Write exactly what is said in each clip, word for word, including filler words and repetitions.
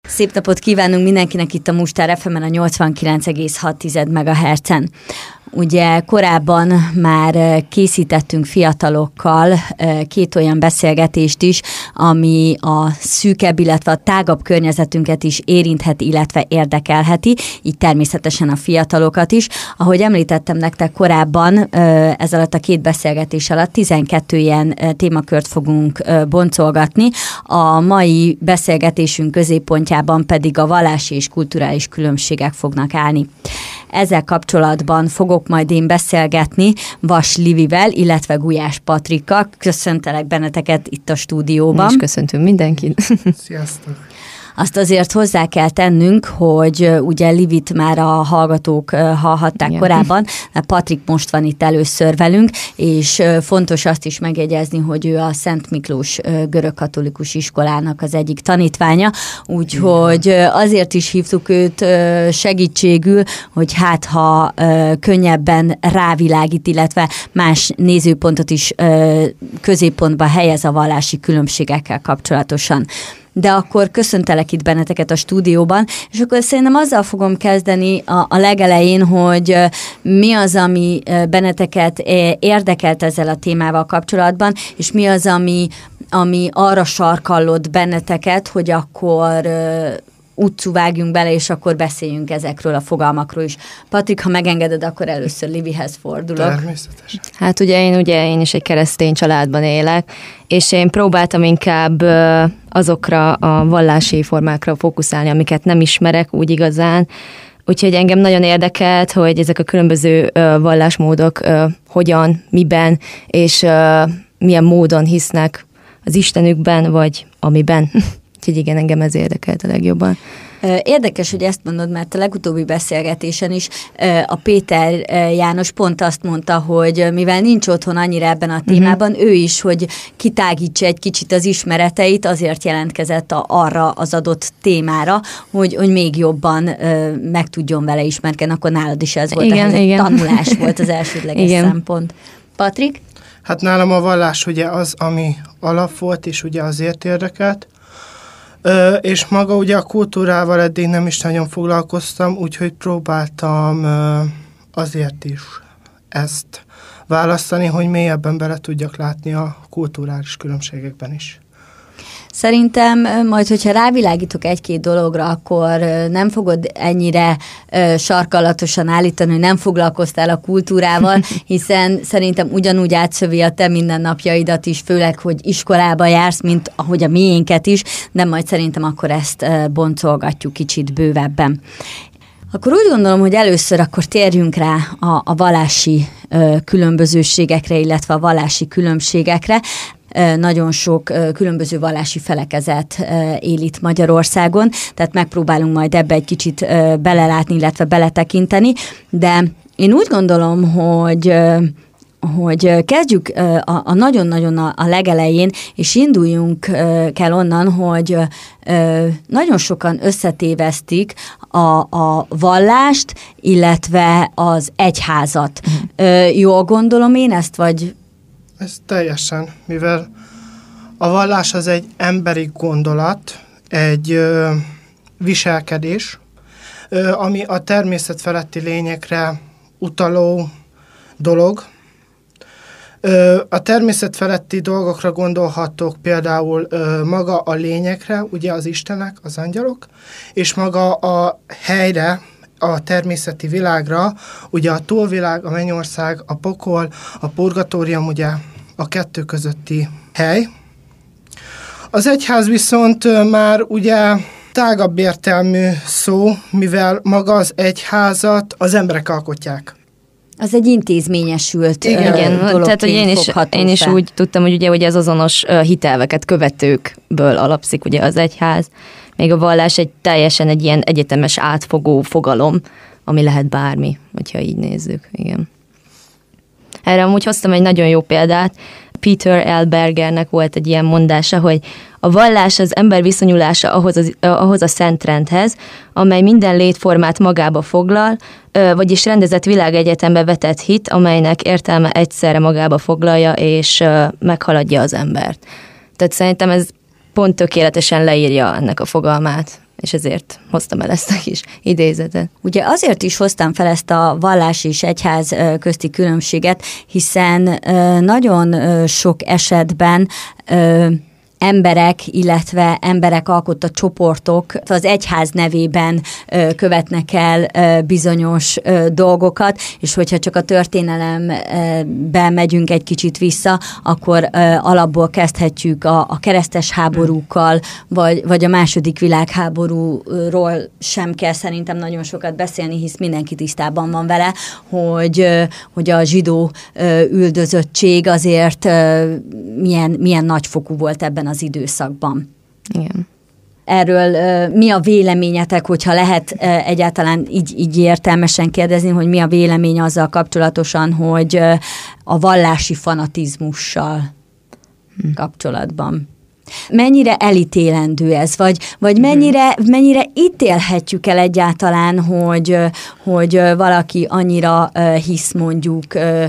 Szép napot kívánunk mindenkinek itt a Mustár ef emen a nyolcvankilenc egész hat megahertzen. Ugye korábban már készítettünk fiatalokkal két olyan beszélgetést is, ami a szűkebb, illetve a tágabb környezetünket is érintheti, illetve érdekelheti, így természetesen a fiatalokat is. Ahogy említettem nektek korábban, ez alatt a két beszélgetés alatt tizenkettő ilyen témakört fogunk boncolgatni. A mai beszélgetésünk középpontjában pedig a vallási és kulturális különbségek fognak állni. Ezzel kapcsolatban fogok majd én beszélgetni Vas Livivel, illetve Gulyás Patrikkal. Köszöntelek benneteket itt a stúdióban. Mi is köszöntünk mindenkit. Sziasztok! Azt azért hozzá kell tennünk, hogy ugye Livit már a hallgatók hallhatták Igen. korábban, mert Patrik most van itt először velünk, és fontos azt is megjegyezni, hogy ő a Szent Miklós görögkatolikus iskolának az egyik tanítványa, úgyhogy azért is hívtuk őt segítségül, hogy hát ha könnyebben rávilágít, illetve más nézőpontot is középpontba helyez a vallási különbségekkel kapcsolatosan. De akkor köszöntelek itt benneteket a stúdióban, és akkor szerintem azzal fogom kezdeni a, a legelején, hogy mi az, ami benneteket érdekelt ezzel a témával kapcsolatban, és mi az, ami, ami arra sarkallott benneteket, hogy akkor utcú vágjunk bele, és akkor beszéljünk ezekről a fogalmakról is. Patrik, ha megengeded, akkor először Livihez fordulok. Természetesen. Hát ugye én, ugye én is egy keresztény családban élek, és én próbáltam inkább azokra a vallási formákra fókuszálni, amiket nem ismerek úgy igazán. Úgyhogy engem nagyon érdekelt, hogy ezek a különböző vallásmódok hogyan, miben, és milyen módon hisznek az Istenükben, vagy amiben. Úgyhogy igen, engem ez érdekelt a legjobban. Érdekes, hogy ezt mondod, mert a legutóbbi beszélgetésen is a Péter János pont azt mondta, hogy mivel nincs otthon annyira ebben a témában, uh-huh. ő is, hogy kitágítsa egy kicsit az ismereteit, azért jelentkezett a, arra az adott témára, hogy, hogy még jobban meg tudjon vele ismerkedni, akkor nálad is ez volt, igen, igen. tanulás volt az elsődleges igen. szempont. Patrik? Hát nálam a vallás ugye az, ami alap volt, és ugye azért érdekelt, Ö, és maga ugye a kultúrával eddig nem is nagyon foglalkoztam, úgyhogy próbáltam ö, azért is ezt választani, hogy mélyebben bele tudjak látni a kulturális különbségekben is. Szerintem majd, hogyha rávilágítok egy-két dologra, akkor nem fogod ennyire sarkallatosan állítani, hogy nem foglalkoztál a kultúrával, hiszen szerintem ugyanúgy átszövi a te mindennapjaidat is, főleg, hogy iskolába jársz, mint ahogy a miénket is, de majd szerintem akkor ezt boncolgatjuk kicsit bővebben. Akkor úgy gondolom, hogy először akkor térjünk rá a, a vallási ö, különbözőségekre, illetve a vallási különbségekre. Nagyon sok különböző vallási felekezet él itt Magyarországon, tehát megpróbálunk majd ebbe egy kicsit belelátni, illetve beletekinteni, de én úgy gondolom, hogy hogy kezdjük a, a nagyon-nagyon a, a legelején, és induljunk kell onnan, hogy nagyon sokan összetévesztik a, a vallást, illetve az egyházat. Uh-huh. Jól gondolom én ezt, vagy... Ez teljesen, mivel a vallás az egy emberi gondolat, egy ö, viselkedés, ö, ami a természet feletti lényekre utaló dolog. Ö, a természet feletti dolgokra gondolhatok például ö, maga a lényekre, ugye az istenek, az angyalok, és maga a helyre, a természeti világra, ugye a túlvilág, a mennyország, a pokol, a purgatórium, ugye a kettő közötti hely. Az egyház viszont már ugye tágabb értelmű szó, mivel maga az egyházat az emberek alkotják. Az egy intézményesült igen, igen, tehát hogy én is, én is úgy tudtam, hogy ugye, ugye az azonos hitelveket követőkből alapszik ugye az egyház. Még a vallás egy teljesen egy ilyen egyetemes átfogó fogalom, ami lehet bármi, hogyha így nézzük. Igen. Erre amúgy hoztam egy nagyon jó példát. Peter L. Bergernek volt egy ilyen mondása, hogy a vallás az ember viszonyulása ahhoz, az, ahhoz a szentrendhez, amely minden létformát magába foglal, vagyis rendezett világegyetembe vetett hit, amelynek értelme egyszerre magába foglalja és meghaladja az embert. Tehát szerintem ez pont tökéletesen leírja ennek a fogalmát. és ezért hoztam el ezt a kis idézetet. Ugye azért is hoztam fel ezt a vallás és egyház közti különbséget, hiszen nagyon sok esetben emberek, illetve emberek alkotta csoportok az egyház nevében követnek el bizonyos dolgokat, és hogyha csak a történelemben megyünk egy kicsit vissza, akkor alapból kezdhetjük a, a keresztes háborúkkal, vagy, vagy a második világháborúról sem kell szerintem nagyon sokat beszélni, hisz mindenki tisztában van vele, hogy, hogy a zsidó üldözöttség azért milyen, milyen nagyfokú volt ebben az időszakban. Igen. Erről mi a véleményetek, hogyha lehet egyáltalán így, így értelmesen kérdezni, hogy mi a vélemény azzal kapcsolatosan, hogy a vallási fanatizmussal hm. kapcsolatban? Mennyire elítélendő ez, vagy, vagy mennyire, mennyire ítélhetjük el egyáltalán, hogy, hogy valaki annyira hisz mondjuk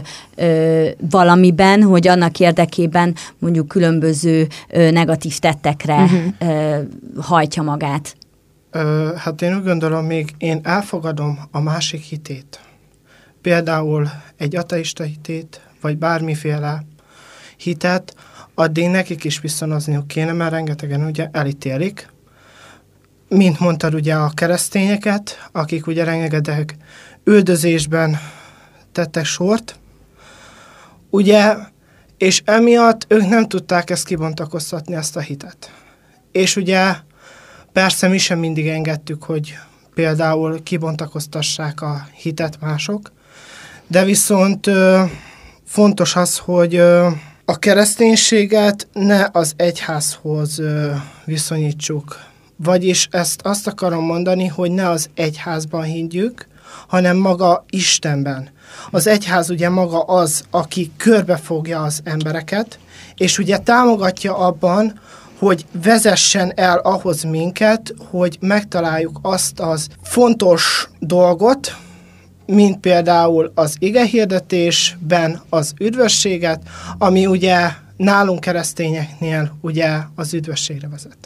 valamiben, hogy annak érdekében mondjuk különböző negatív tettekre uh-huh. hajtja magát? Hát én úgy gondolom, még én elfogadom a másik hitét. Például egy ateista hitét, vagy bármiféle hitet, addig nekik is viszonozniuk kéne, mert rengetegen ugye elítélik. Mint mondtad ugye a keresztényeket, akik ugye rengeteg üldözésben tettek sort, ugye, és emiatt ők nem tudták ezt kibontakoztatni, ezt a hitet. És ugye persze mi sem mindig engedtük, hogy például kibontakoztassák a hitet mások, de viszont ö, fontos az, hogy ö, a kereszténységet ne az egyházhoz ö, viszonyítsuk. Vagyis ezt azt akarom mondani, hogy ne az egyházban higgyük, hanem maga Istenben. Az egyház ugye maga az, aki körbefogja az embereket, és ugye támogatja abban, hogy vezessen el ahhoz minket, hogy megtaláljuk azt az fontos dolgot, mint például az igehirdetésben az üdvösséget, ami ugye nálunk keresztényeknél ugye az üdvösségre vezet.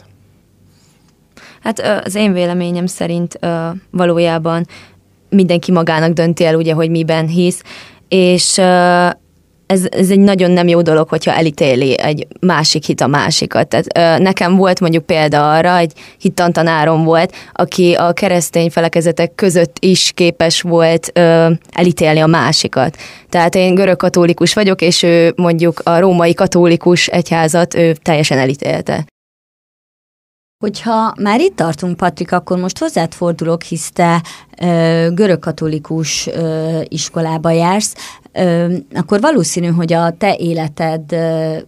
Hát az én véleményem szerint valójában mindenki magának dönti el, ugye, hogy miben hisz, és ez, ez egy nagyon nem jó dolog, hogyha elítéli egy másik hit a másikat. Tehát nekem volt mondjuk példa arra, egy hittantanárom volt, aki a keresztény felekezetek között is képes volt elítélni a másikat. Tehát én görögkatolikus vagyok, és ő mondjuk a római katolikus egyházat ő teljesen elítélte. Hogyha már itt tartunk, Patrik, akkor most hozzád fordulok, hisz te görögkatolikus ö, iskolába jársz, ö, akkor valószínű, hogy a te életedhez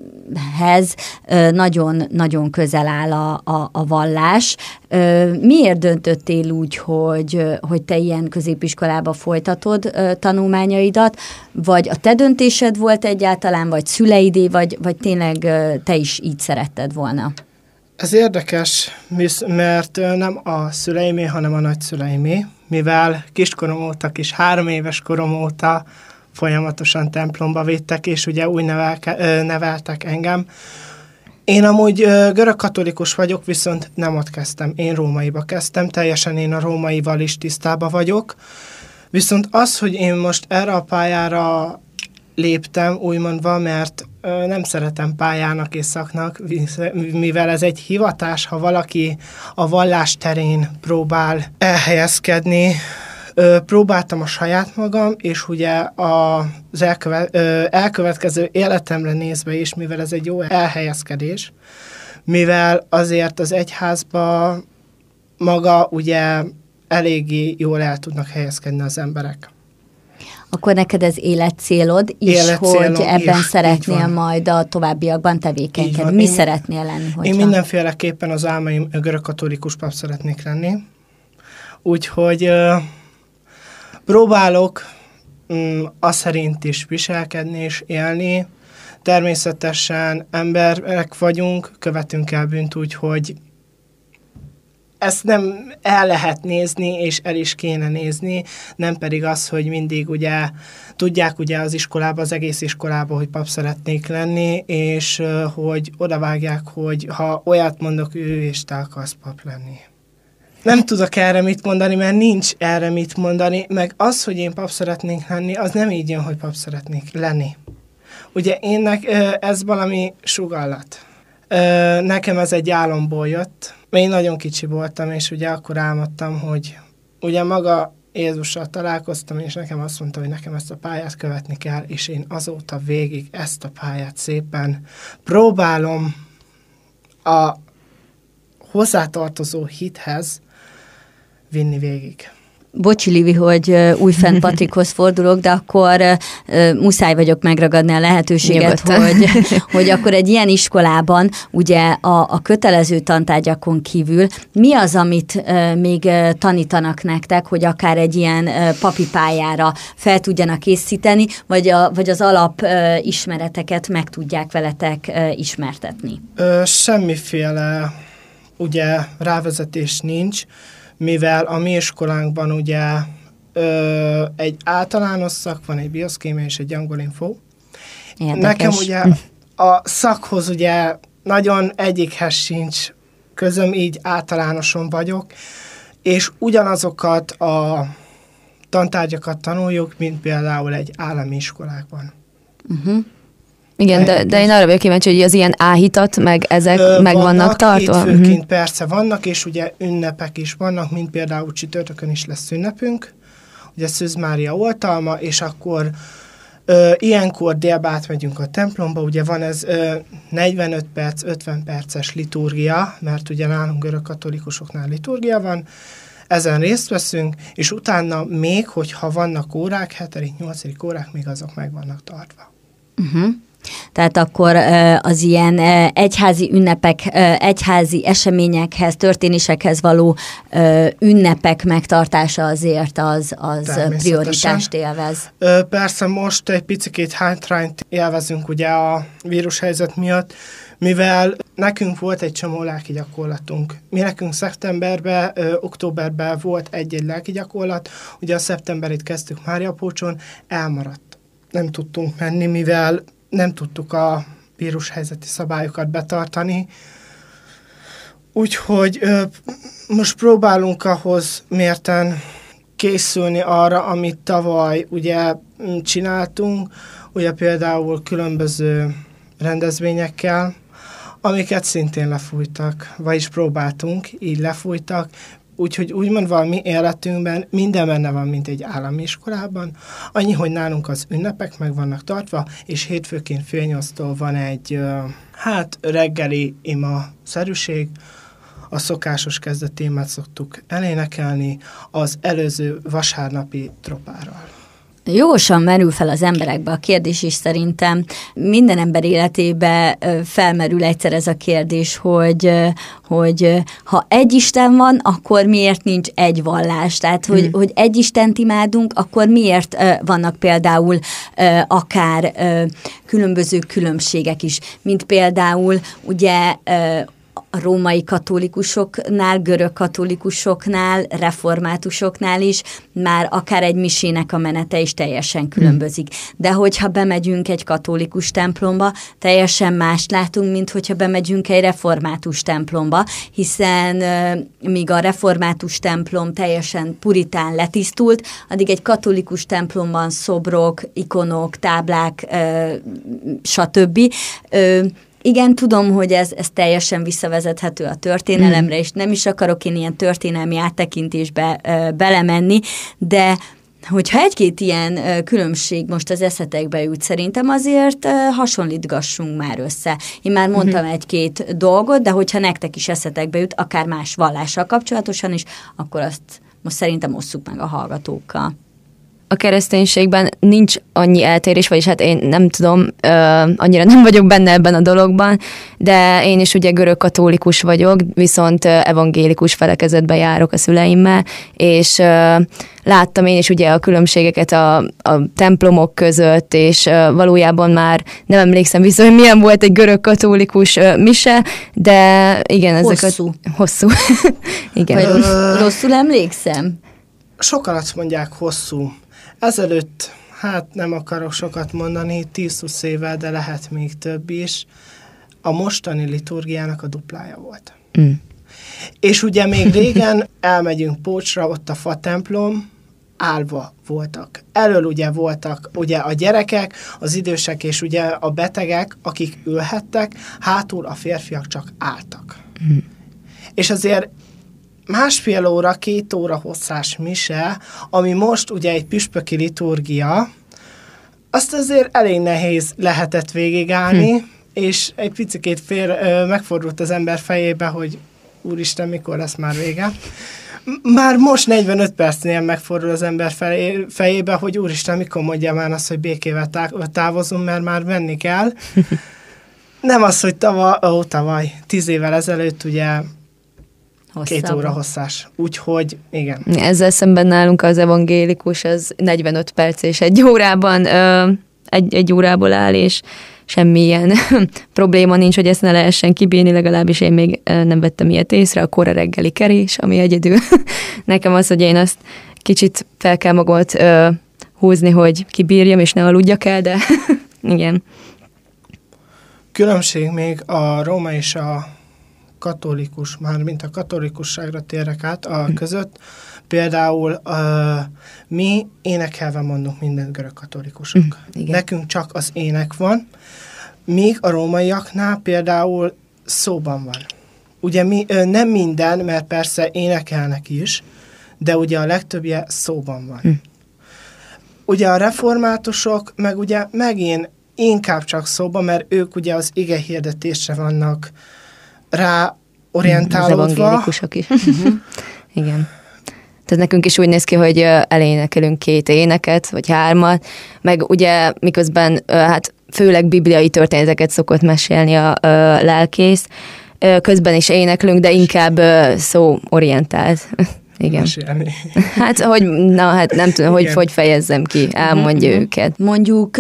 nagyon-nagyon közel áll a, a, a vallás. Ö, miért döntöttél úgy, hogy, hogy te ilyen középiskolába folytatod ö, tanulmányaidat, vagy a te döntésed volt egyáltalán, vagy szüleidé, vagy, vagy tényleg ö, te is így szeretted volna? Ez érdekes, mert nem a szüleimé, hanem a nagyszüleimé, mivel kiskorom óta, kis három éves korom óta folyamatosan templomba vittek, és ugye úgy nevelke, neveltek engem. Én amúgy görögkatolikus vagyok, viszont nem ott kezdtem, én rómaiba kezdtem, teljesen én a rómaival is tisztába vagyok, viszont az, hogy én most erre a pályára léptem, úgymondva, mert ö, nem szeretem pályának és szaknak, mivel ez egy hivatás, ha valaki a vallás terén próbál elhelyezkedni. Ö, próbáltam a saját magam, és ugye az elköve, ö, elkövetkező életemre nézve is, mivel ez egy jó elhelyezkedés, mivel azért az egyházba maga ugye eléggé jól el tudnak helyezkedni az emberek. Akkor neked ez életcélod is, életcélom hogy ebben is, szeretnél majd a továbbiakban tevékenykedni. Mi én, szeretnél lenni? Hogyha... Én mindenféleképpen az álmaim görögkatolikus pap szeretnék lenni. Úgyhogy uh, próbálok um, azt szerint is viselkedni és élni. Természetesen emberek vagyunk, követünk el bűnt, úgyhogy ezt nem el lehet nézni, és el is kéne nézni, nem pedig az, hogy mindig ugye tudják ugye az iskolában, az egész iskolában, hogy pap szeretnék lenni, és uh, hogy odavágják, hogy ha olyat mondok, ő és te akarsz pap lenni. nem tudok erre mit mondani, mert nincs erre mit mondani, meg az, hogy én pap szeretnék lenni, az nem így jön, hogy pap szeretnék lenni. Ugye énnek ez valami sugallat. Nekem ez egy álomból jött, mert én nagyon kicsi voltam, és ugye akkor álmodtam, hogy ugye maga Jézussal találkoztam, és nekem azt mondta, hogy nekem ezt a pályát követni kell, és én azóta végig ezt a pályát szépen próbálom a hozzátartozó hithez vinni végig. Bocsi, Livi, hogy újfent Patrikhoz fordulok, de akkor uh, muszáj vagyok megragadni a lehetőséget, hogy, hogy akkor egy ilyen iskolában ugye a, a kötelező tantárgyakon kívül mi az, amit uh, még uh, tanítanak nektek, hogy akár egy ilyen uh, papi pályára fel tudjanak készíteni, vagy, a, vagy az alap uh, ismereteket meg tudják veletek uh, ismertetni? Ö, semmiféle ugye rávezetés nincs, mivel a mi iskolánkban ugye ö, egy általános szak van, egy bioszkémia és egy angolinfo. Érdekes. Nekem ugye a szakhoz ugye nagyon egyikhez sincs közöm, így általánoson vagyok, és ugyanazokat a tantárgyakat tanuljuk, mint például egy állami iskolákban. Uh-huh. Igen, de, de én arra vagyok kíváncsi, hogy az ilyen áhítat, meg ezek Ö, meg vannak, vannak tartva? Hétfőként uh-huh. persze vannak, és ugye ünnepek is vannak, mint például csütörtökön is lesz ünnepünk, ugye Szűz Mária oltalma, és akkor ö, ilyenkor délbe átmegyünk a templomba, ugye van ez ö, negyvenöt perc, ötven perces liturgia, mert ugye nálunk görögkatolikusoknál liturgia van, ezen részt veszünk, és utána még, hogyha vannak órák, hetedik, nyolcadik órák, még azok meg vannak tartva. Uh-huh. Tehát akkor az ilyen egyházi ünnepek, egyházi eseményekhez, történésekhez való ünnepek megtartása azért az, az prioritást élvez. Persze most egy picikét hátrányt élvezünk ugye a vírushelyzet miatt, mivel nekünk volt egy csomó lelki gyakorlatunk. Mi nekünk szeptemberben, ö, októberben volt egy-egy lelki gyakorlat, ugye a szeptemberit kezdtük Máriapócson, elmaradt. Nem tudtunk menni, mivel nem tudtuk a vírushelyzeti szabályokat betartani. Úgyhogy ö, most próbálunk ahhoz mérten készülni arra, amit tavaly ugye csináltunk, ugye például különböző rendezvényekkel, amiket szintén lefújtak, vagyis próbáltunk, így lefújtak, úgyhogy úgymond van mi életünkben minden benne van, mint egy állami iskolában, annyi, hogy nálunk az ünnepek meg vannak tartva, és hétfőként fél nyolctól van egy hát reggeli ima-szerűség, a szokásos kezdetémát szoktuk elénekelni az előző vasárnapi tropárral. Jogosan merül fel az emberekbe a kérdés is szerintem. Minden ember életébe felmerül egyszer ez a kérdés, hogy, hogy ha egy Isten van, akkor miért nincs egy vallás? Tehát, hogy, hmm. hogy egy Istent imádunk, akkor miért vannak például akár különböző különbségek is, mint például ugye a római katolikusoknál, görög katolikusoknál, reformátusoknál is már akár egy misének a menete is teljesen különbözik. De hogyha bemegyünk egy katolikus templomba, teljesen mást látunk, mint hogyha bemegyünk egy református templomba, hiszen uh, míg a református templom teljesen puritán letisztult, addig egy katolikus templomban szobrok, ikonok, táblák, uh, stb. Uh, Igen, tudom, hogy ez, ez teljesen visszavezethető a történelemre, és nem is akarok én ilyen történelmi áttekintésbe ö, belemenni, de hogyha egy-két ilyen ö, különbség most az eszetekbe jut, szerintem azért ö, hasonlítgassunk már össze. Én már mondtam uh-huh. egy-két dolgot, de hogyha nektek is eszetekbe jut, akár más vallással kapcsolatosan is, akkor azt most szerintem osszuk meg a hallgatókkal. A kereszténységben nincs annyi eltérés, vagyis hát én nem tudom, ö, annyira nem vagyok benne ebben a dologban, de én is ugye görög katolikus vagyok, viszont evangélikus felekezetbe járok a szüleimmel, és ö, láttam én is ugye a különbségeket a, a templomok között, és ö, valójában már nem emlékszem vissza, hogy milyen volt egy görög katolikus ö, mise, de igen, ezeket... Hosszú. Hosszú. Igen. Vagy rosszul emlékszem? Sokan azt mondják hosszú. Ezelőtt, hát nem akarok sokat mondani, tíz-húsz évvel, de lehet még több is, a mostani liturgiának a duplája volt. Mm. És ugye még régen elmegyünk Pócsra, ott a fa templom, állva voltak. Elől ugye voltak ugye a gyerekek, az idősek és ugye a betegek, akik ülhettek, hátul a férfiak csak álltak. Mm. És azért másfél óra, két óra hosszás mise, ami most ugye egy püspöki liturgia, azt azért elég nehéz lehetett végigállni, hm. és egy picikét fél, ö, megfordult az ember fejébe, hogy úristen, mikor lesz már vége. Már most negyvenöt percnél megfordul az ember fejébe, hogy úristen, mikor mondja már azt, hogy békével távozunk, mert már menni kell. Nem az, hogy tavaly, ó, tavaly, tíz évvel ezelőtt ugye hosszabb. Két óra hosszás. Úgyhogy, igen. Ezzel szemben nálunk az evangélikus, az negyvenöt perc és egy órában, ö, egy, egy órából áll, és semmilyen probléma nincs, hogy ezt ne lehessen kibírni, legalábbis én még nem vettem ilyet észre, a kora reggeli kerés, ami egyedül nekem az, hogy én azt kicsit fel kell magamat ö, húzni, hogy kibírjam, és ne aludjak el, de igen. Különbség még a róma és a katolikus, már mint a katolikusságra térek át a hm. között. Például uh, mi énekelve mondunk mindent görögkatolikusok. Hm, Nekünk csak az ének van, míg a rómaiaknál például szóban van. Ugye mi, nem minden, mert persze énekelnek is, de ugye a legtöbbje szóban van. Hm. Ugye a reformátusok meg ugye megint inkább csak szóban, mert ők ugye az ige hirdetésre vannak rá orientálódva. Az evangélikusok is. uh-huh. Igen. Tehát nekünk is úgy néz ki, hogy elénekelünk két éneket, vagy hármat, meg ugye miközben hát főleg bibliai történeteket szokott mesélni a, a lelkész, közben is éneklünk, de inkább szóorientált. Igen. Mesélni. Hát, hogy, na, hát nem tudom, hogy, hogy fejezzem ki, elmondja uh-huh. őket. Mondjuk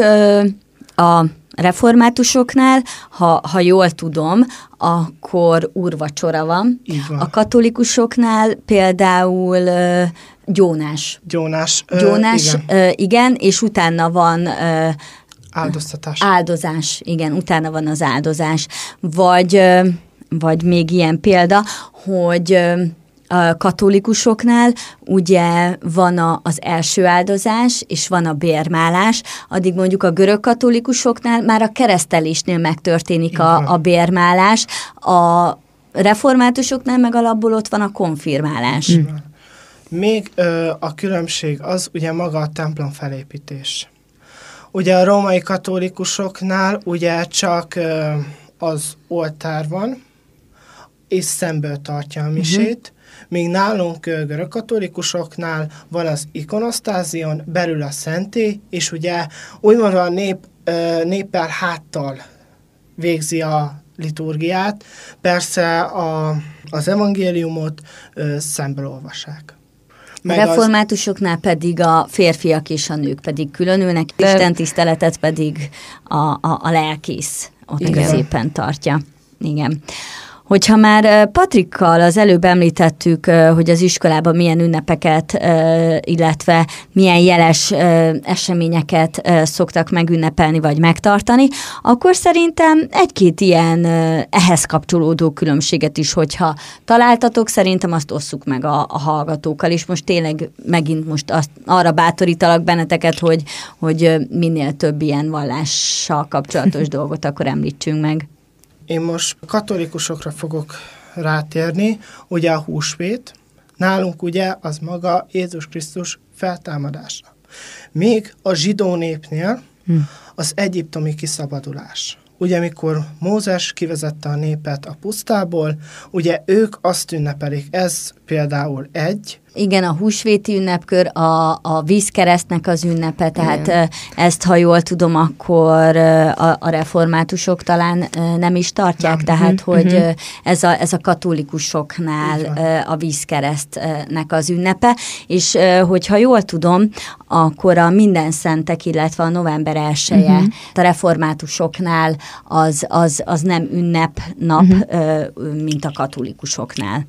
a reformátusoknál, ha, ha jól tudom, akkor úrvacsora van. van. A katolikusoknál például uh, gyónás. Gyónás. Gyónás, uh, igen. Uh, igen, és utána van uh, áldoztatás. Áldozás, igen, utána van az áldozás. Vagy, uh, vagy még ilyen példa, hogy uh, a katolikusoknál ugye van a, az első áldozás, és van a bérmálás, addig mondjuk a görög katolikusoknál már a keresztelésnél megtörténik a, a bérmálás, a reformátusoknál meg alapból ott van a konfirmálás. Igen. Még ö, a különbség az ugye maga a templom felépítés. Ugye a római katolikusoknál ugye csak ö, az oltár van, és szemből tartja a misét, uh-huh. míg nálunk görögkatolikusoknál van az ikonosztázion, belül a szentély, és ugye úgymond a nép, néppel háttal végzi a liturgiát, persze a, az evangéliumot szemből olvassák. Meg a reformátusoknál az... pedig a férfiak és a nők pedig különülnek, de... Isten tiszteletet pedig a, a, a lelkész ott igen. középen tartja. Igen. Hogyha már Patrikkal az előbb említettük, hogy az iskolában milyen ünnepeket, illetve milyen jeles eseményeket szoktak megünnepelni vagy megtartani, akkor szerintem egy-két ilyen ehhez kapcsolódó különbséget is, hogyha találtatok, szerintem azt osszuk meg a, a hallgatókkal, és most tényleg megint most azt, arra bátorítalak benneteket, hogy, hogy minél több ilyen vallással kapcsolatos dolgot akkor említsünk meg. Én most katolikusokra fogok rátérni, ugye a húsvét, nálunk ugye az maga Jézus Krisztus feltámadása. Még a zsidó népnél az egyiptomi kiszabadulás. Ugye amikor Mózes kivezette a népet a pusztából, ugye ők azt ünnepelik, ez például egy. Igen, a húsvéti ünnepkör, a, a vízkeresztnek az ünnepe, tehát igen. ezt, ha jól tudom, akkor a, a reformátusok talán nem is tartják, nem. tehát, uh-huh. hogy uh-huh. ez, a, ez a katolikusoknál a vízkeresztnek az ünnepe, és hogyha jól tudom, akkor a minden szentek, illetve a november elseje uh-huh. a reformátusoknál az, az, az nem ünnepnap, uh-huh. mint a katolikusoknál.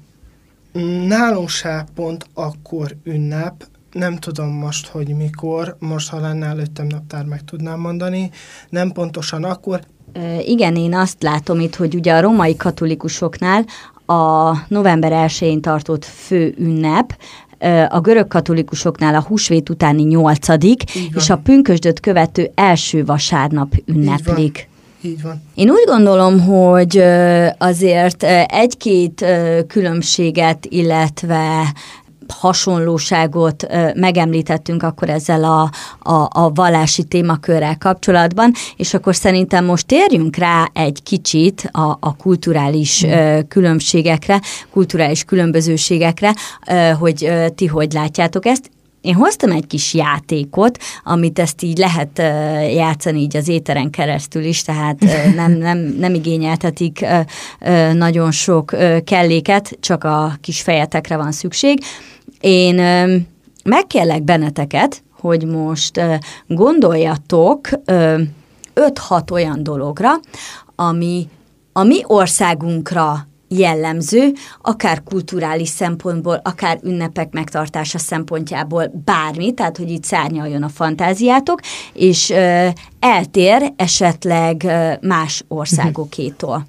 Nálunk se pont akkor ünnep, nem tudom most, hogy mikor, most ha lenne előttem naptár, meg tudnám mondani, nem pontosan akkor. Igen, én azt látom itt, hogy ugye a római katolikusoknál a november elsején tartott fő ünnep, a görög katolikusoknál a húsvét utáni nyolcadik, és a pünkösdöt követő első vasárnap ünneplik. Így van. Én úgy gondolom, hogy azért egy-két különbséget, illetve hasonlóságot megemlítettünk akkor ezzel a, a, a vallási témakörrel kapcsolatban, és akkor szerintem most térjünk rá egy kicsit a, a kulturális mm. különbségekre, kulturális különbözőségekre, hogy ti hogy látjátok ezt. Én hoztam egy kis játékot, amit ezt így lehet uh, játszani így az éteren keresztül is, tehát uh, nem, nem, nem igényeltetik uh, uh, nagyon sok uh, kelléket, csak a kis fejetekre van szükség. Én uh, megkérlek benneteket, hogy most uh, gondoljatok uh, öt-hat olyan dologra, ami a mi országunkra jellemző, akár kulturális szempontból, akár ünnepek megtartása szempontjából bármi, tehát hogy itt szárnyaljon a fantáziátok, és ö, eltér esetleg ö, más országokétól.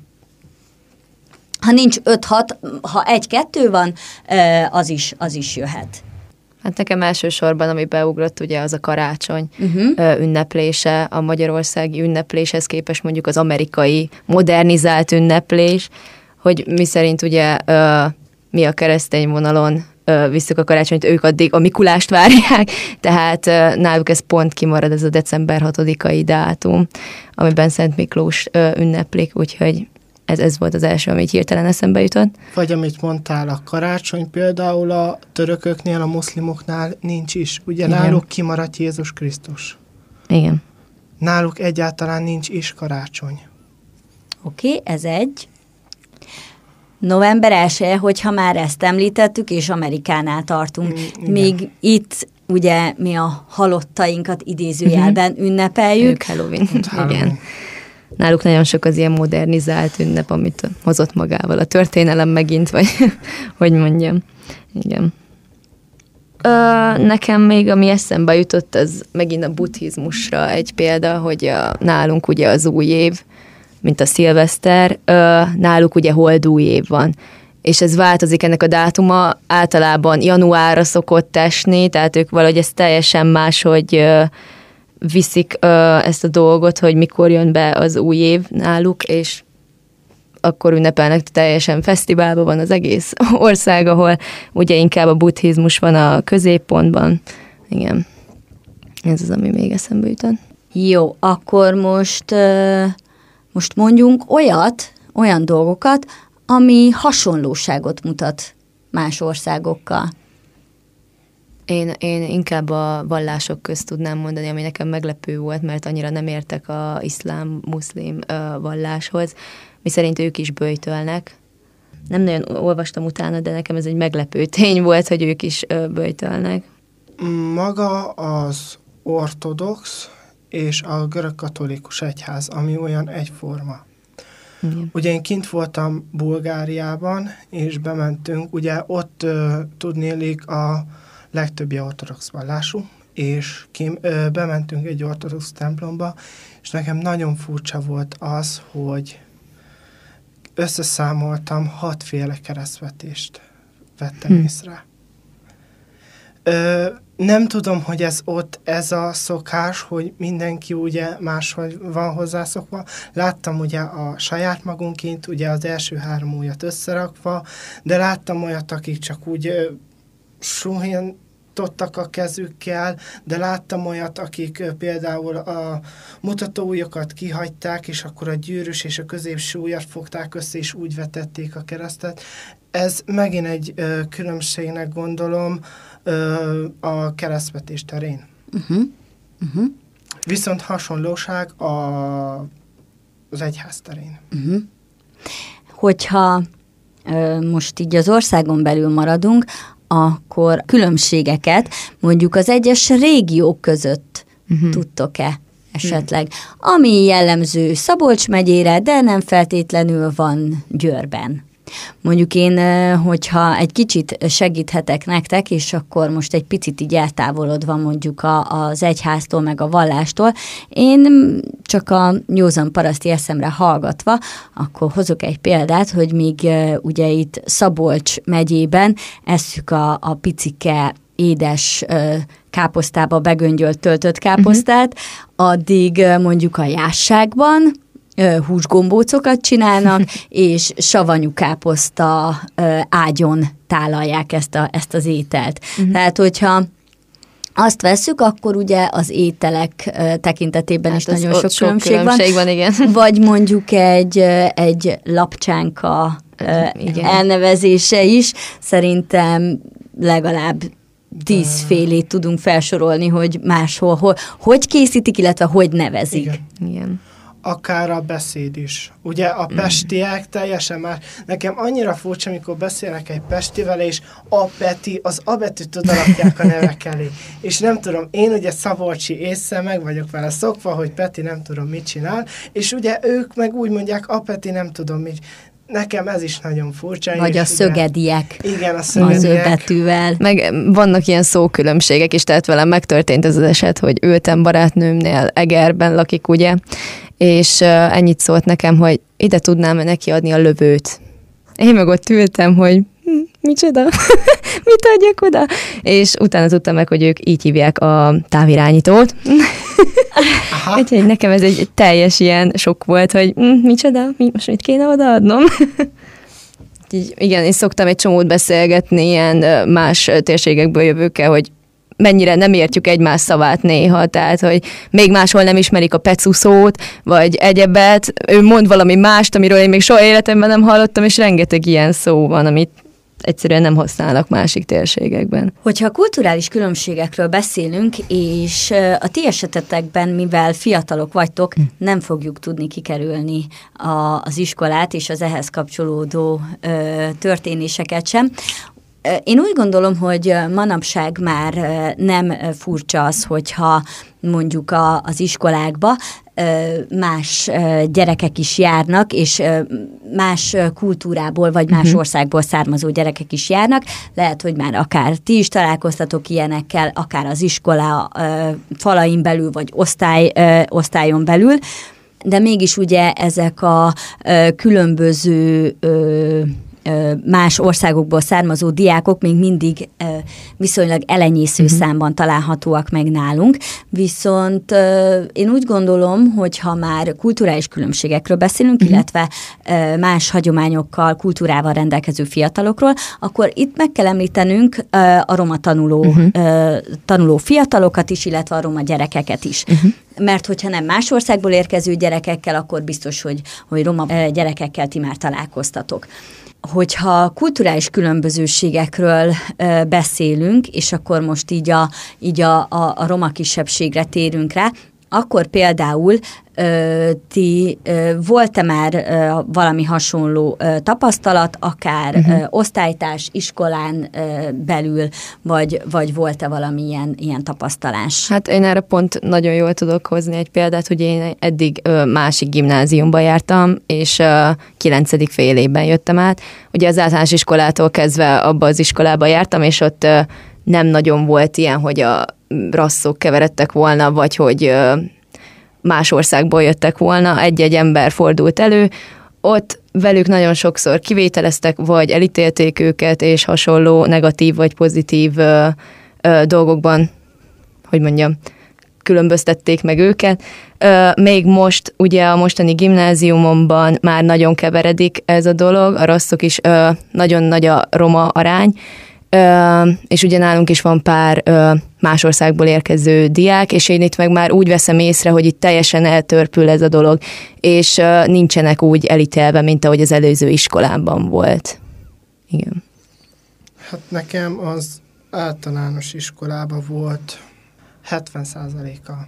Ha nincs öt-hat, ha egy-kettő van, ö, az is, az is jöhet. Hát nekem elsősorban, ami beugrott, ugye az a karácsony uh-huh. ünneplése, a magyarországi ünnepléshez képest mondjuk az amerikai modernizált ünneplés, hogy mi szerint ugye uh, mi a keresztény vonalon uh, visszük a karácsonyt, ők addig a Mikulást várják, tehát uh, náluk ez pont kimarad, ez a december hatodikai dátum, amiben Szent Miklós uh, ünneplik, úgyhogy ez, ez volt az első, amit hirtelen eszembe jutott. Vagy amit mondtál, a karácsony például a törököknél, a muszlimoknál nincs is. Ugye igen. Náluk kimaradt Jézus Krisztus. Igen. Náluk egyáltalán nincs is karácsony. Oké, okay, ez egy. November elseje, hogyha már ezt említettük, és Amerikánál tartunk. Mm, míg itt ugye mi a halottainkat idézőjelben uh-huh. ünnepeljük. Ők Halloween. Igen. Náluk nagyon sok az ilyen modernizált ünnep, amit hozott magával a történelem megint, vagy hogy mondjam. Igen. Ö, nekem még, ami eszembe jutott, az megint a buddhizmusra egy példa, hogy a, nálunk ugye az új év, mint a szilveszter, ö, náluk ugye holdúj év van. És ez változik, ennek a dátuma általában januárra szokott esni, tehát ők valahogy ezt teljesen máshogy ö, viszik ö, ezt a dolgot, hogy mikor jön be az új év náluk, és akkor ünnepelnek, teljesen fesztiválban van az egész ország, ahol ugye inkább a buddhizmus van a középpontban. Igen. Ez az, ami még eszembe jutott. Jó, akkor most, uh, most mondjunk olyat, olyan dolgokat, ami hasonlóságot mutat más országokkal. Én, én inkább a vallások közt tudnám mondani, ami nekem meglepő volt, mert annyira nem értek a iszlám-muszlim uh, valláshoz, miszerint ők is böjtölnek. Nem nagyon olvastam utána, de nekem ez egy meglepő tény volt, hogy ők is uh, böjtölnek. Maga az ortodox és a görög-katolikus egyház, ami olyan egyforma. Igen. Ugye én kint voltam Bulgáriában, és bementünk, ugye ott uh, tudnélik a legtöbbje ortodox vallású, és kim, ö, bementünk egy ortodox templomba, és nekem nagyon furcsa volt az, hogy összeszámoltam hatféle keresztvetést vettem hm. észre. Ö, nem tudom, hogy ez ott ez a szokás, hogy mindenki ugye máshogy van hozzászokva. Láttam ugye a saját magunként, ugye az első három ujjat összerakva, de láttam olyat, akik csak úgy ö, suhintottak a kezükkel, de láttam olyat, akik például a mutatóujjakat kihagyták, és akkor a gyűrűs és a középső ujjat fogták össze, és úgy vetették a keresztet. Ez megint egy ö, különbségnek gondolom ö, a keresztvetés terén. Uh-huh. Uh-huh. Viszont hasonlóság a, az egyház terén. Uh-huh. Hogyha ö, most így az országon belül maradunk, akkor különbségeket mondjuk az egyes régiók között uh-huh. tudtok-e esetleg, ami jellemző Szabolcs megyére, de nem feltétlenül van Győrben. Mondjuk én, hogyha egy kicsit segíthetek nektek, és akkor most egy picit így eltávolodva mondjuk a, az egyháztól, meg a vallástól, én csak a józan paraszti eszemre hallgatva, akkor hozok egy példát, hogy míg ugye itt Szabolcs megyében esszük a, a picike édes káposztába begöngyölt töltött káposztát, uh-huh. addig mondjuk a Jásságban húsgombócokat csinálnak, és savanyú káposzta ágyon tálalják ezt, a, ezt az ételt. Uh-huh. Tehát, hogyha azt vesszük, akkor ugye az ételek tekintetében hát is nagyon sok, sok különbség, különbség van. van igen. Vagy mondjuk egy, egy lapcsánka igen. elnevezése is. Szerintem legalább tízfélét tudunk felsorolni, hogy máshol, hogy, hogy készítik, illetve hogy nevezik. Igen. Igen. Akár a beszéd is. Ugye a pestiek teljesen már, nekem annyira furcsa, amikor beszélek egy pestivel, és a Peti, az a betűt odarakják a nevek elé. És nem tudom, én ugye szabolcsi ésszel meg vagyok vele szokva, hogy Peti nem tudom mit csinál, és ugye ők meg úgy mondják, a Peti nem tudom mit. Nekem ez is nagyon furcsa. Vagy a szögediek. Igen, a szögediek. Az betűvel. Meg vannak ilyen szókülönbségek is, tehát velem megtörtént ez az eset, hogy ültem barátnőmnél, Egerben lakik, ugye, és uh, ennyit szólt nekem, hogy ide tudnám neki adni a lövőt. Én meg ott ültem, hogy hm, micsoda, mit adjak oda? És utána tudtam meg, hogy ők így hívják a távirányítót. Úgyhogy nekem ez egy, egy teljes ilyen sok volt, hogy hm, micsoda, most mit kéne odaadnom? Így, igen, én szoktam egy csomót beszélgetni ilyen más térségekből jövőkkel, hogy mennyire nem értjük egymás szavát néha, tehát, hogy még máshol nem ismerik a pecu szót, vagy egyebet, ő mond valami mást, amiről én még soha életemben nem hallottam, és rengeteg ilyen szó van, amit egyszerűen nem használnak másik térségekben. Hogyha a kulturális különbségekről beszélünk, és a ti esetetekben, mivel fiatalok vagytok, nem fogjuk tudni kikerülni a, az iskolát és az ehhez kapcsolódó ö, történéseket sem. Én úgy gondolom, hogy manapság már nem furcsa az, hogyha mondjuk a, az iskolákba más gyerekek is járnak, és más kultúrából vagy más uh-huh. országból származó gyerekek is járnak. Lehet, hogy már akár ti is találkoztatok ilyenekkel, akár az iskola falain belül, vagy osztály, osztályon belül, de mégis ugye ezek a különböző más országokból származó diákok még mindig viszonylag elenyésző uh-huh. számban találhatóak meg nálunk, viszont én úgy gondolom, hogy ha már kulturális különbségekről beszélünk, uh-huh. illetve más hagyományokkal, kultúrával rendelkező fiatalokról, akkor itt meg kell említenünk a roma tanuló, uh-huh. tanuló fiatalokat is, illetve a roma gyerekeket is. Uh-huh. Mert hogyha nem más országból érkező gyerekekkel, akkor biztos, hogy, hogy roma gyerekekkel ti már találkoztatok. Hogyha kulturális különbözőségekről ö, beszélünk, és akkor most így a, így a, a, a roma kisebbségre térünk rá, akkor például ö, ti ö, volt-e már ö, valami hasonló ö, tapasztalat, akár uh-huh. ö, osztálytárs, iskolán ö, belül, vagy, vagy volt-e valami ilyen, ilyen tapasztalás? Hát én erre pont nagyon jól tudok hozni egy példát, hogy én eddig ö, másik gimnáziumba jártam, és ö, kilencedik fél évben jöttem át. Ugye az általános iskolától kezdve abba az iskolába jártam, és ott ö, nem nagyon volt ilyen, hogy a rasszok keveredtek volna, vagy hogy más országból jöttek volna, egy-egy ember fordult elő, ott velük nagyon sokszor kivételeztek, vagy elítélték őket, és hasonló negatív vagy pozitív ö, ö, dolgokban, hogy mondjam, különböztették meg őket. Ö, még most, ugye a mostani gimnáziumomban már nagyon keveredik ez a dolog, a rasszok is ö, nagyon nagy a roma arány, Ö, és ugye nálunk is van pár ö, más országból érkező diák, és én itt meg már úgy veszem észre, hogy itt teljesen eltörpül ez a dolog, és ö, nincsenek úgy elítélve, mint ahogy az előző iskolában volt. Igen. Hát nekem az általános iskolában volt hetven százaléka.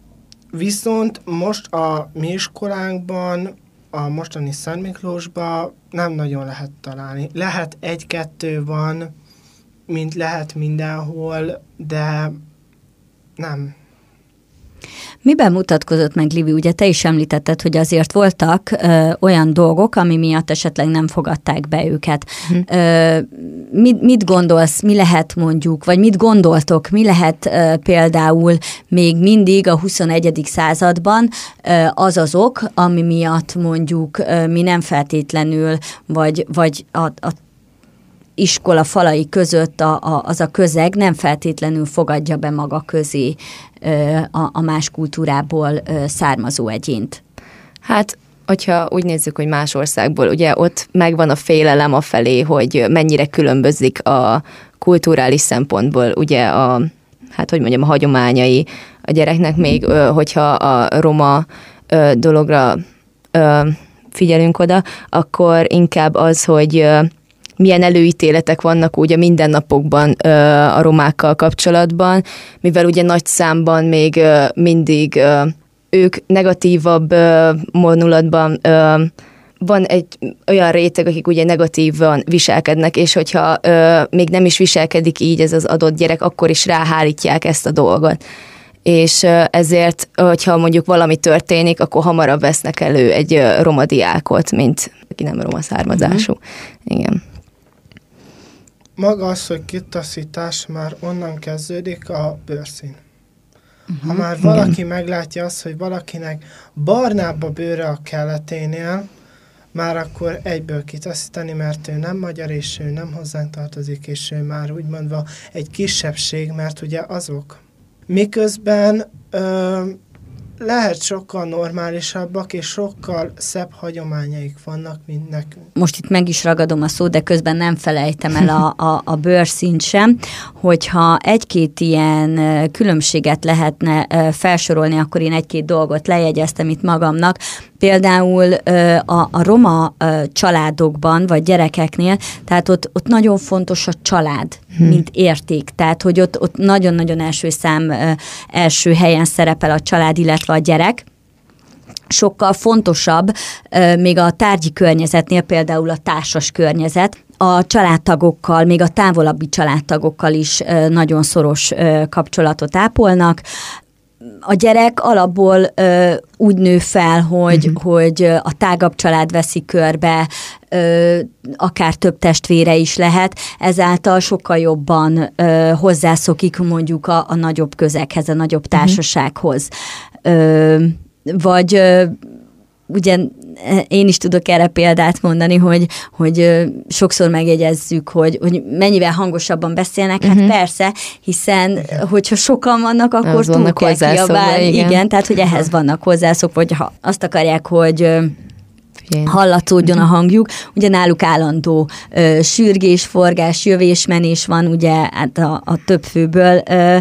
Viszont most a mi iskolánkban, a mostani Szent Miklósban nem nagyon lehet találni. Lehet egy-kettő van, mint lehet mindenhol, de nem. Miben mutatkozott meg, Livi? Ugye te is említetted, hogy azért voltak ö, olyan dolgok, ami miatt esetleg nem fogadták be őket. Hm. Ö, mit, mit gondolsz, mi lehet mondjuk, vagy mit gondoltok, mi lehet ö, például még mindig a huszonegyedik században ö, az az ok, ami miatt mondjuk ö, mi nem feltétlenül, vagy, vagy a, a iskola falai között a, a, az a közeg nem feltétlenül fogadja be maga közé ö, a, a más kultúrából ö, származó egyént. Hát, hogyha úgy nézzük, hogy más országból, ugye ott megvan a félelem afelé, hogy mennyire különbözik a kulturális szempontból, ugye a, hát hogy mondjam, a hagyományai a gyereknek még, ö, hogyha a roma ö, dologra ö, figyelünk oda, akkor inkább az, hogy ö, milyen előítéletek vannak úgy a mindennapokban ö, a romákkal kapcsolatban, mivel ugye nagy számban még ö, mindig ö, ők negatívabb ö, vonulatban ö, van egy olyan réteg, akik ugye negatívan viselkednek, és hogyha ö, még nem is viselkedik így ez az adott gyerek, akkor is ráhárítják ezt a dolgot. És ö, ezért, hogyha mondjuk valami történik, akkor hamarabb vesznek elő egy ö, roma diákot, mint aki nem roma származású. Mm-hmm. Igen. Maga az, hogy kitaszítás, már onnan kezdődik a bőrszín. Uh-huh. Ha már valaki igen. meglátja azt, hogy valakinek barnább a bőre a keleténél, már akkor egyből kitaszítani, mert ő nem magyar, és ő nem hozzánk tartozik, és ő már úgymondva egy kisebbség, mert ugye azok. Miközben ö, lehet sokkal normálisabbak, és sokkal szebb hagyományaik vannak, mint nekünk. Most itt meg is ragadom a szót, de közben nem felejtem el a, a, a bőrszínt sem, hogyha egy-két ilyen különbséget lehetne felsorolni, akkor én egy-két dolgot lejegyeztem itt magamnak. Például a, a roma családokban, vagy gyerekeknél, tehát ott, ott nagyon fontos a család, hmm. mint érték. Tehát, hogy ott, ott nagyon-nagyon első szám, első helyen szerepel a család, illetve a gyerek. Sokkal fontosabb még a tárgyi környezetnél, például a társas környezet, a családtagokkal, még a távolabbi családtagokkal is nagyon szoros kapcsolatot ápolnak. A gyerek alapból ö, úgy nő fel, hogy, uh-huh. hogy a tágabb család veszi körbe, ö, akár több testvére is lehet, ezáltal sokkal jobban ö, hozzászokik mondjuk a, a nagyobb közeghez, a nagyobb társasághoz. Uh-huh. Ö, vagy ö, ugye én is tudok erre példát mondani, hogy, hogy sokszor megjegyezzük, hogy, hogy mennyivel hangosabban beszélnek, hát uh-huh. persze, hiszen igen. hogyha sokan vannak, akkor túl kell kiabálni. Igen. igen, tehát hogy ehhez vannak hozzászokva, hogy ha azt akarják, hogy igen. hallatszódjon uh-huh. a hangjuk, ugye náluk állandó uh, sürgés, forgás, jövés, menés van, ugye hát a, a több főből uh,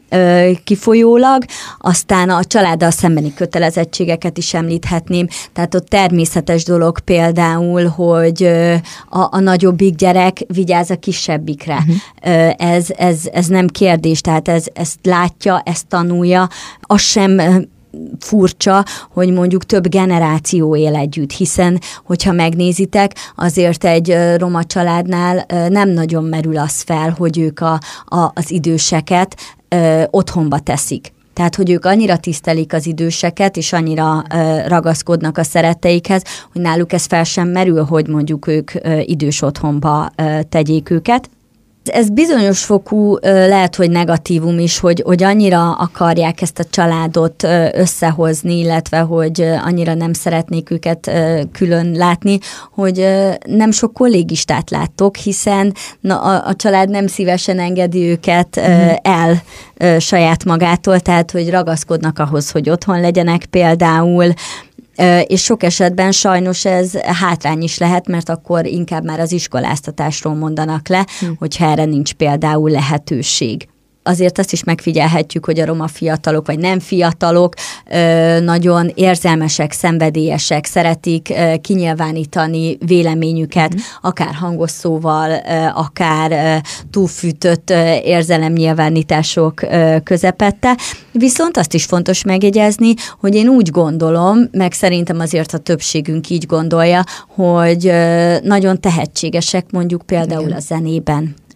kifolyólag, aztán a családdal szembeni kötelezettségeket is említhetném, tehát ott természetes dolog például, hogy a, a nagyobbik gyerek vigyáz a kisebbikre. Uh-huh. Ez, ez, ez nem kérdés, tehát ez, ezt látja, ezt tanulja, az sem furcsa, hogy mondjuk több generáció él együtt, hiszen, hogyha megnézitek, azért egy roma családnál nem nagyon merül az fel, hogy ők a, a, az időseket ö, otthonba teszik. Tehát, hogy ők annyira tisztelik az időseket, és annyira ö, ragaszkodnak a szeretteikhez, hogy náluk ez fel sem merül, hogy mondjuk ők ö, idős otthonba ö, tegyék őket. Ez bizonyos fokú lehet, hogy negatívum is, hogy, hogy annyira akarják ezt a családot összehozni, illetve hogy annyira nem szeretnék őket külön látni, hogy nem sok kollégistát láttok, hiszen na, a, a család nem szívesen engedi őket mm. el saját magától, tehát hogy ragaszkodnak ahhoz, hogy otthon legyenek például, és sok esetben sajnos ez hátrány is lehet, mert akkor inkább már az iskoláztatásról mondanak le, hm. hogyha erre nincs például lehetőség. Azért azt is megfigyelhetjük, hogy a roma fiatalok, vagy nem fiatalok nagyon érzelmesek, szenvedélyesek, szeretik kinyilvánítani véleményüket, mm. akár hangos szóval, akár túlfűtött érzelemnyilvánítások közepette. Viszont azt is fontos megjegyezni, hogy én úgy gondolom, meg szerintem azért a többségünk így gondolja, hogy nagyon tehetségesek mondjuk például Igen. a zenében,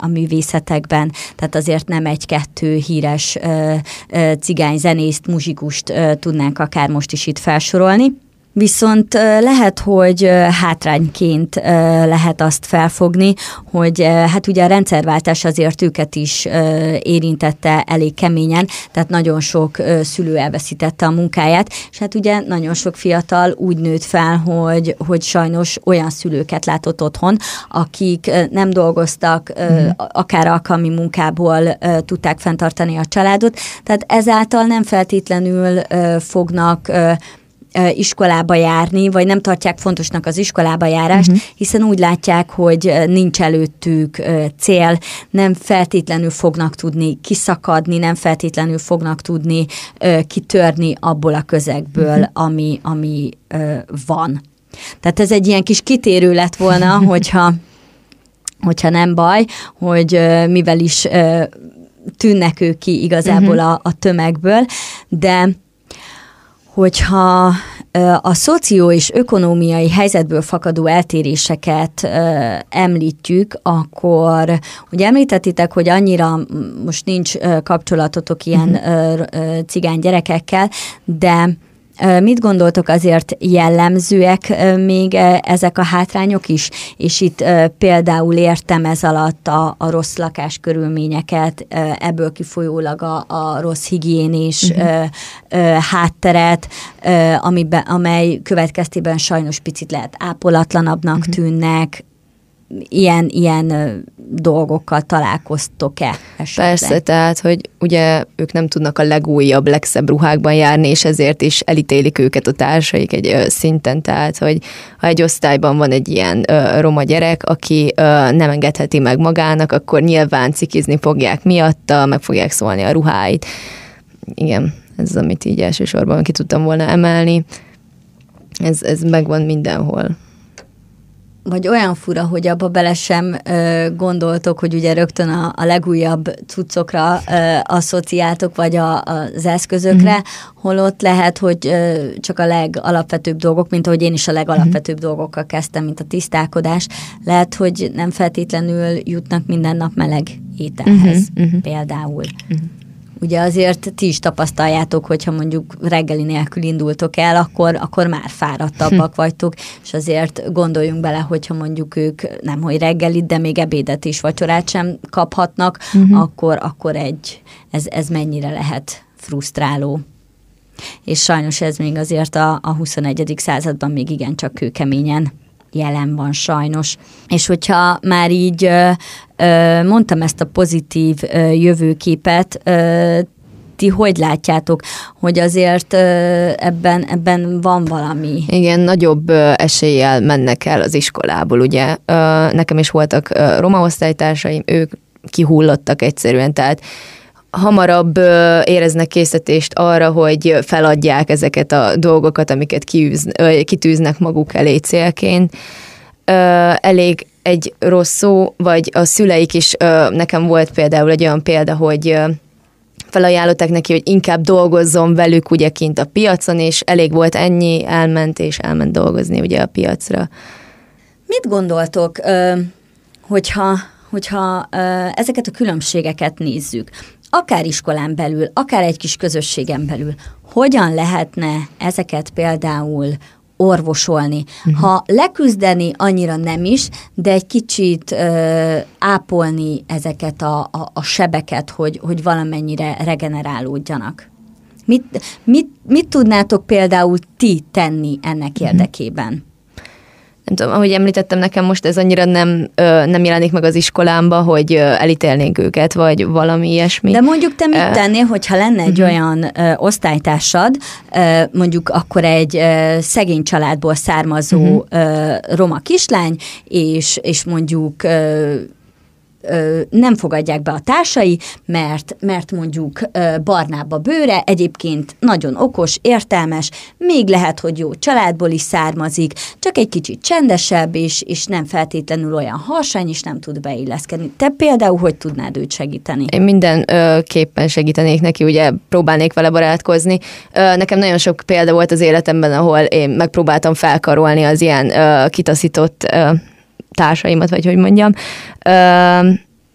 a művészetekben, tehát azért nem egy-kettő híres ö, ö, cigány zenészt, muzsikust ö, tudnánk akár most is itt felsorolni. Viszont lehet, hogy hátrányként lehet azt felfogni, hogy hát ugye a rendszerváltás azért őket is érintette elég keményen, tehát nagyon sok szülő elveszítette a munkáját, és hát ugye nagyon sok fiatal úgy nőtt fel, hogy, hogy sajnos olyan szülőket látott otthon, akik nem dolgoztak, mm. akár alkalmi munkából tudták fenntartani a családot, tehát ezáltal nem feltétlenül fognak iskolába járni, vagy nem tartják fontosnak az iskolába járást, uh-huh. hiszen úgy látják, hogy nincs előttük cél, nem feltétlenül fognak tudni kiszakadni, nem feltétlenül fognak tudni kitörni abból a közegből, uh-huh. ami, ami van. Tehát ez egy ilyen kis kitérő lett volna, hogyha, hogyha nem baj, hogy mivel is tűnnek ők ki igazából uh-huh. a, a tömegből, de hogyha a szoció- és ökonómiai helyzetből fakadó eltéréseket említjük, akkor ugye említettétek, hogy annyira most nincs kapcsolatotok ilyen uh-huh. cigány gyerekekkel, de mit gondoltok, azért jellemzőek még ezek a hátrányok is? És itt például értem ez alatt a, a rossz lakáskörülményeket, ebből kifolyólag a, a rossz higiénés uh-huh. hátteret, amiben, amely következtében sajnos picit lehet ápolatlanabbnak uh-huh. tűnnek. Ilyen, ilyen dolgokkal találkoztok-e esetleg? Persze, tehát, hogy ugye ők nem tudnak a legújabb, legszebb ruhákban járni, és ezért is elítélik őket a társaik egy ö, szinten, tehát, hogy ha egy osztályban van egy ilyen ö, roma gyerek, aki ö, nem engedheti meg magának, akkor nyilván cikizni fogják miatta, meg fogják szólni a ruháit. Igen, ez az, amit így elsősorban ki tudtam volna emelni. Ez, ez megvan mindenhol. Vagy olyan fura, hogy abba bele sem ö, gondoltok, hogy ugye rögtön a, a legújabb cuccokra ö, asszociáltok, vagy a, az eszközökre, mm-hmm. holott lehet, hogy ö, csak a legalapvetőbb dolgok, mint ahogy én is a legalapvetőbb mm-hmm. dolgokkal kezdtem, mint a tisztálkodás, lehet, hogy nem feltétlenül jutnak minden nap meleg ételhez, mm-hmm. például. Mm-hmm. Ugye azért ti is tapasztaljátok, hogyha mondjuk reggeli nélkül indultok el, akkor, akkor már fáradtabbak vagytok, és azért gondoljunk bele, hogyha mondjuk ők nem hogy reggelit, de még ebédet is, vacsorát sem kaphatnak, uh-huh. akkor, akkor egy, ez, ez mennyire lehet frusztráló. És sajnos ez még azért a, a huszonegyedik században még igencsak kőkeményen jelen van sajnos. És hogyha már így ö, ö, mondtam ezt a pozitív ö, jövőképet, ö, ti hogy látjátok, hogy azért ö, ebben, ebben van valami? Igen, nagyobb ö, eséllyel mennek el az iskolából, ugye. Ö, nekem is voltak ö, roma osztálytársaim, ők kihullottak egyszerűen, tehát hamarabb ö, éreznek készítést arra, hogy feladják ezeket a dolgokat, amiket kiűz, ö, kitűznek maguk elé célként. Ö, elég egy rossz szó, vagy a szüleik is, ö, nekem volt például egy olyan példa, hogy ö, felajánlották neki, hogy inkább dolgozzon velük ugye kint a piacon, és elég volt ennyi, elment és elment dolgozni ugye a piacra. Mit gondoltok, ö, hogyha, hogyha ö, ezeket a különbségeket nézzük? Akár iskolán belül, akár egy kis közösségen belül, hogyan lehetne ezeket például orvosolni? Uh-huh. Ha leküzdeni annyira nem is, de egy kicsit ö, ápolni ezeket a, a, a sebeket, hogy, hogy valamennyire regenerálódjanak. Mit, mit, mit tudnátok például ti tenni ennek uh-huh. érdekében? Nem tudom, ahogy említettem, nekem most ez annyira nem, ö, nem jelenik meg az iskolámba, hogy ö, elítélnénk őket, vagy valami ilyesmi. De mondjuk te mit tennél, hogyha lenne egy uh-huh. olyan ö, osztálytársad, ö, mondjuk akkor egy ö, szegény családból származó uh-huh. ö, roma kislány, és, és mondjuk ö, ö, nem fogadják be a társai, mert, mert mondjuk ö, barnább a bőre, egyébként nagyon okos, értelmes, még lehet, hogy jó családból is származik, csak egy kicsit csendesebb, és, és nem feltétlenül olyan harsány, és nem tud beilleszkedni. Te például hogy tudnád őt segíteni? Én mindenképpen segítenék neki, ugye próbálnék vele barátkozni. Ö, nekem nagyon sok példa volt az életemben, ahol én megpróbáltam felkarolni az ilyen ö, kitaszított ö, társaimat, vagy hogy mondjam. Ö,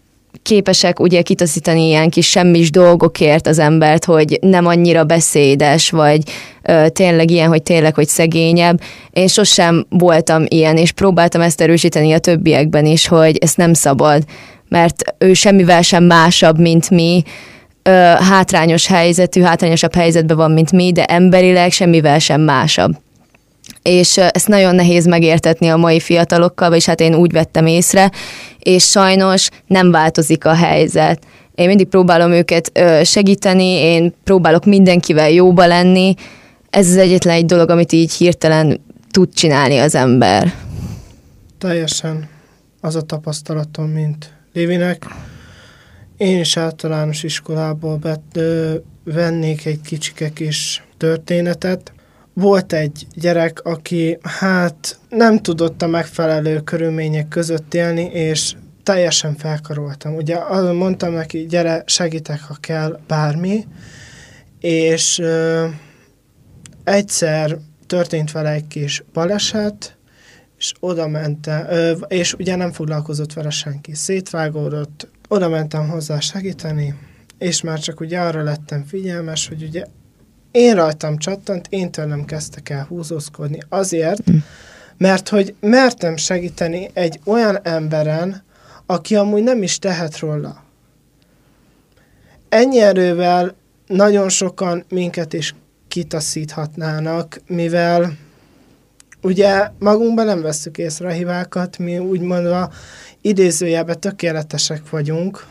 képesek ugye kitaszítani ilyen kis semmis dolgokért az embert, hogy nem annyira beszédes, vagy ö, tényleg ilyen, hogy tényleg, hogy szegényebb. Én sosem voltam ilyen, és próbáltam ezt erősíteni a többiekben is, hogy ez nem szabad, mert ő semmivel sem másabb, mint mi, ö, hátrányos helyzetű, hátrányosabb helyzetben van, mint mi, de emberileg semmivel sem másabb. És ezt nagyon nehéz megértetni a mai fiatalokkal, vagyis hát én úgy vettem észre, és sajnos nem változik a helyzet. Én mindig próbálom őket segíteni, én próbálok mindenkivel jóba lenni. Ez az egyetlen egy dolog, amit így hirtelen tud csinálni az ember. Teljesen az a tapasztalatom, mint Lévinek. Én is általános iskolából bet, ö, vennék egy kicsike kis történetet. Volt egy gyerek, aki hát nem tudott a megfelelő körülmények között élni, és teljesen felkaroltam. Ugye mondtam neki, gyere, segítek, ha kell, bármi, és ö, egyszer történt vele egy kis baleset, és oda mentem, ö, és ugye nem foglalkozott vele senki, szétvágódott, oda mentem hozzá segíteni, és már csak ugye arra lettem figyelmes, hogy ugye én rajtam csattant, én tőlem kezdtek el húzózkodni azért, mert hogy mertem segíteni egy olyan emberen, aki amúgy nem is tehet róla. Ennyi erővel nagyon sokan minket is kitaszíthatnának, mivel ugye magunkban nem vesszük észre a hibákat, mi úgymondva idézőjelben tökéletesek vagyunk,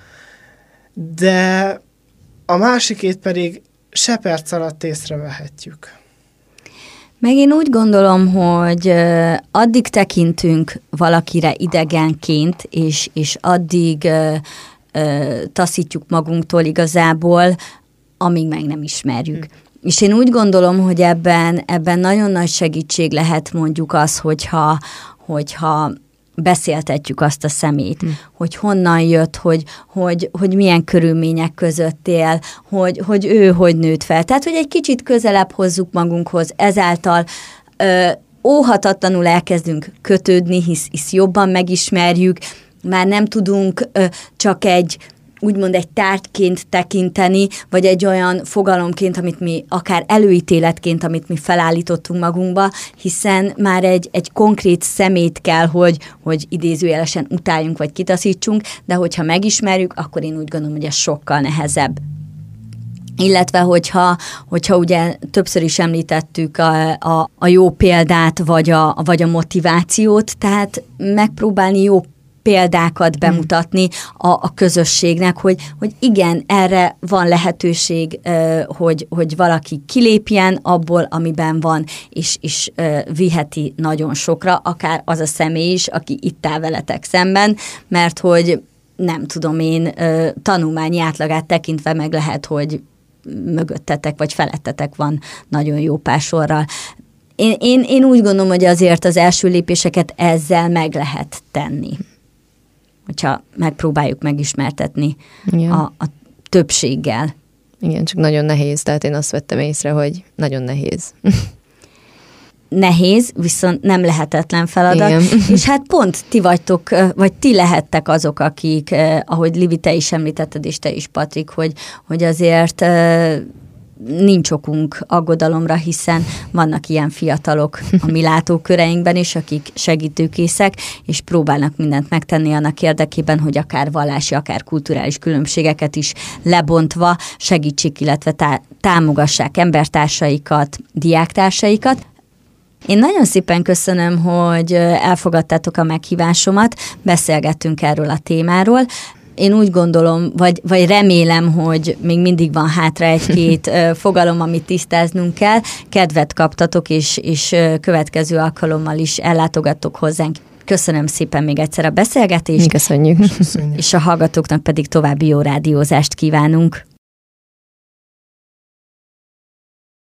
de a másikét pedig se perc alatt észrevehetjük. Meg én úgy gondolom, hogy addig tekintünk valakire idegenként, és, és addig uh, uh, taszítjuk magunktól igazából, amíg meg nem ismerjük. Hm. És én úgy gondolom, hogy ebben, ebben nagyon nagy segítség lehet mondjuk az, hogyha, hogyha beszéltetjük azt a szemét, hm. hogy honnan jött, hogy, hogy, hogy milyen körülmények között él, hogy, hogy ő hogy nőtt fel. Tehát, hogy egy kicsit közelebb hozzuk magunkhoz, ezáltal ö, óhatatlanul elkezdünk kötődni, hisz, hisz jobban megismerjük, már nem tudunk ö, csak egy úgymond egy tárgyként tekinteni, vagy egy olyan fogalomként, amit mi akár előítéletként, amit mi felállítottunk magunkba, hiszen már egy, egy konkrét szemét kell, hogy, hogy idézőjelesen utáljunk, vagy kitaszítsunk, de hogyha megismerjük, akkor én úgy gondolom, hogy ez sokkal nehezebb. Illetve, hogyha, hogyha ugye többször is említettük a, a, a jó példát, vagy a, vagy a motivációt, tehát megpróbálni jó példákat bemutatni a, a közösségnek, hogy, hogy igen, erre van lehetőség, hogy, hogy valaki kilépjen abból, amiben van, és, és viheti nagyon sokra, akár az a személy is, aki itt áll veletek szemben, mert hogy nem tudom én, tanulmányi átlagát tekintve meg lehet, hogy mögöttetek vagy felettetek van nagyon jó pár sorral. Én, én, én úgy gondolom, hogy azért az első lépéseket ezzel meg lehet tenni, hogyha megpróbáljuk megismertetni a, a többséggel. Igen, csak nagyon nehéz, tehát én azt vettem észre, hogy nagyon nehéz. Nehéz, viszont nem lehetetlen feladat. Igen. És hát pont ti vagytok, vagy ti lehettek azok, akik, ahogy Livi, te is említetted, és te is, Patrik, hogy, hogy azért nincs okunk aggodalomra, hiszen vannak ilyen fiatalok a mi látóköreinkben is, akik segítőkészek, és próbálnak mindent megtenni annak érdekében, hogy akár vallási, akár kulturális különbségeket is lebontva segítsék, illetve tá- támogassák embertársaikat, diáktársaikat. Én nagyon szépen köszönöm, hogy elfogadtátok a meghívásomat, beszélgettünk erről a témáról. Én úgy gondolom, vagy, vagy remélem, hogy még mindig van hátra egy-két fogalom, amit tisztáznunk kell. Kedvet kaptatok, és, és következő alkalommal is ellátogattok hozzánk. Köszönöm szépen még egyszer a beszélgetést. Köszönjük. Köszönjük. És a hallgatóknak pedig további jó rádiózást kívánunk.